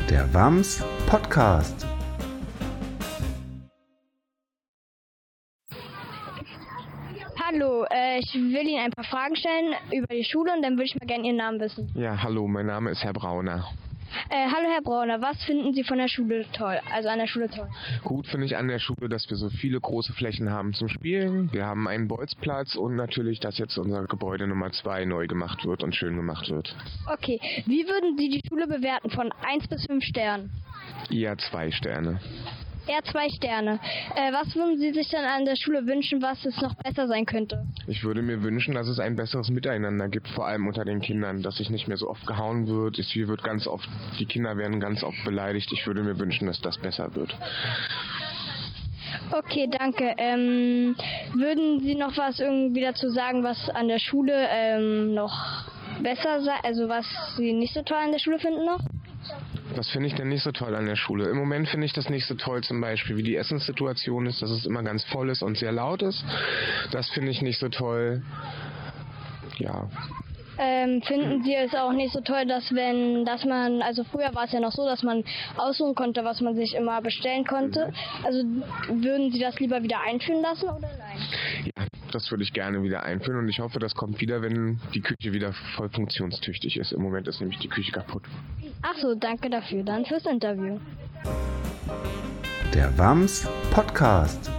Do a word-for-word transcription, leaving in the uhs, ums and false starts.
Der W A M S Podcast. Hallo, äh, ich will Ihnen ein paar Fragen stellen über die Schule und dann würde ich mal gerne Ihren Namen wissen. Ja, hallo, mein Name ist Herr Brauner. Äh, hallo Herr Brauner, was finden Sie von der Schule toll, also an der Schule toll? Gut finde ich an der Schule, dass wir so viele große Flächen haben zum Spielen. Wir haben einen Bolzplatz und natürlich, dass jetzt unser Gebäude Nummer zwei neu gemacht wird und schön gemacht wird. Okay, wie würden Sie die Schule bewerten von eins bis fünf Sternen? Eher zwei Sterne. Eher zwei Sterne. Äh, was würden Sie sich dann an der Schule wünschen, was es noch besser sein könnte? Ich würde mir wünschen, dass es ein besseres Miteinander gibt, vor allem unter den Kindern, dass sich nicht mehr so oft gehauen wird. Es hier wird ganz oft, die Kinder werden ganz oft beleidigt. Ich würde mir wünschen, dass das besser wird. Okay, danke. Ähm, würden Sie noch was irgendwie dazu sagen, was an der Schule ähm, noch besser sei, also was Sie nicht so toll an der Schule finden noch? Was finde ich denn nicht so toll an der Schule? Im Moment finde ich das nicht so toll, zum Beispiel wie die Essenssituation ist, dass es immer ganz voll ist und sehr laut ist. Das finde ich nicht so toll. Ja. Ähm, finden Sie es auch nicht so toll, dass wenn, dass man, also früher war es ja noch so, dass man aussuchen konnte, was man sich immer bestellen konnte. Also würden Sie das lieber wieder einführen lassen oder nein? Ja, das würde ich gerne wieder einführen und ich hoffe, das kommt wieder, wenn die Küche wieder voll funktionstüchtig ist. Im Moment ist nämlich die Küche kaputt. Ach so, danke dafür dann fürs Interview. Der W A M S Podcast.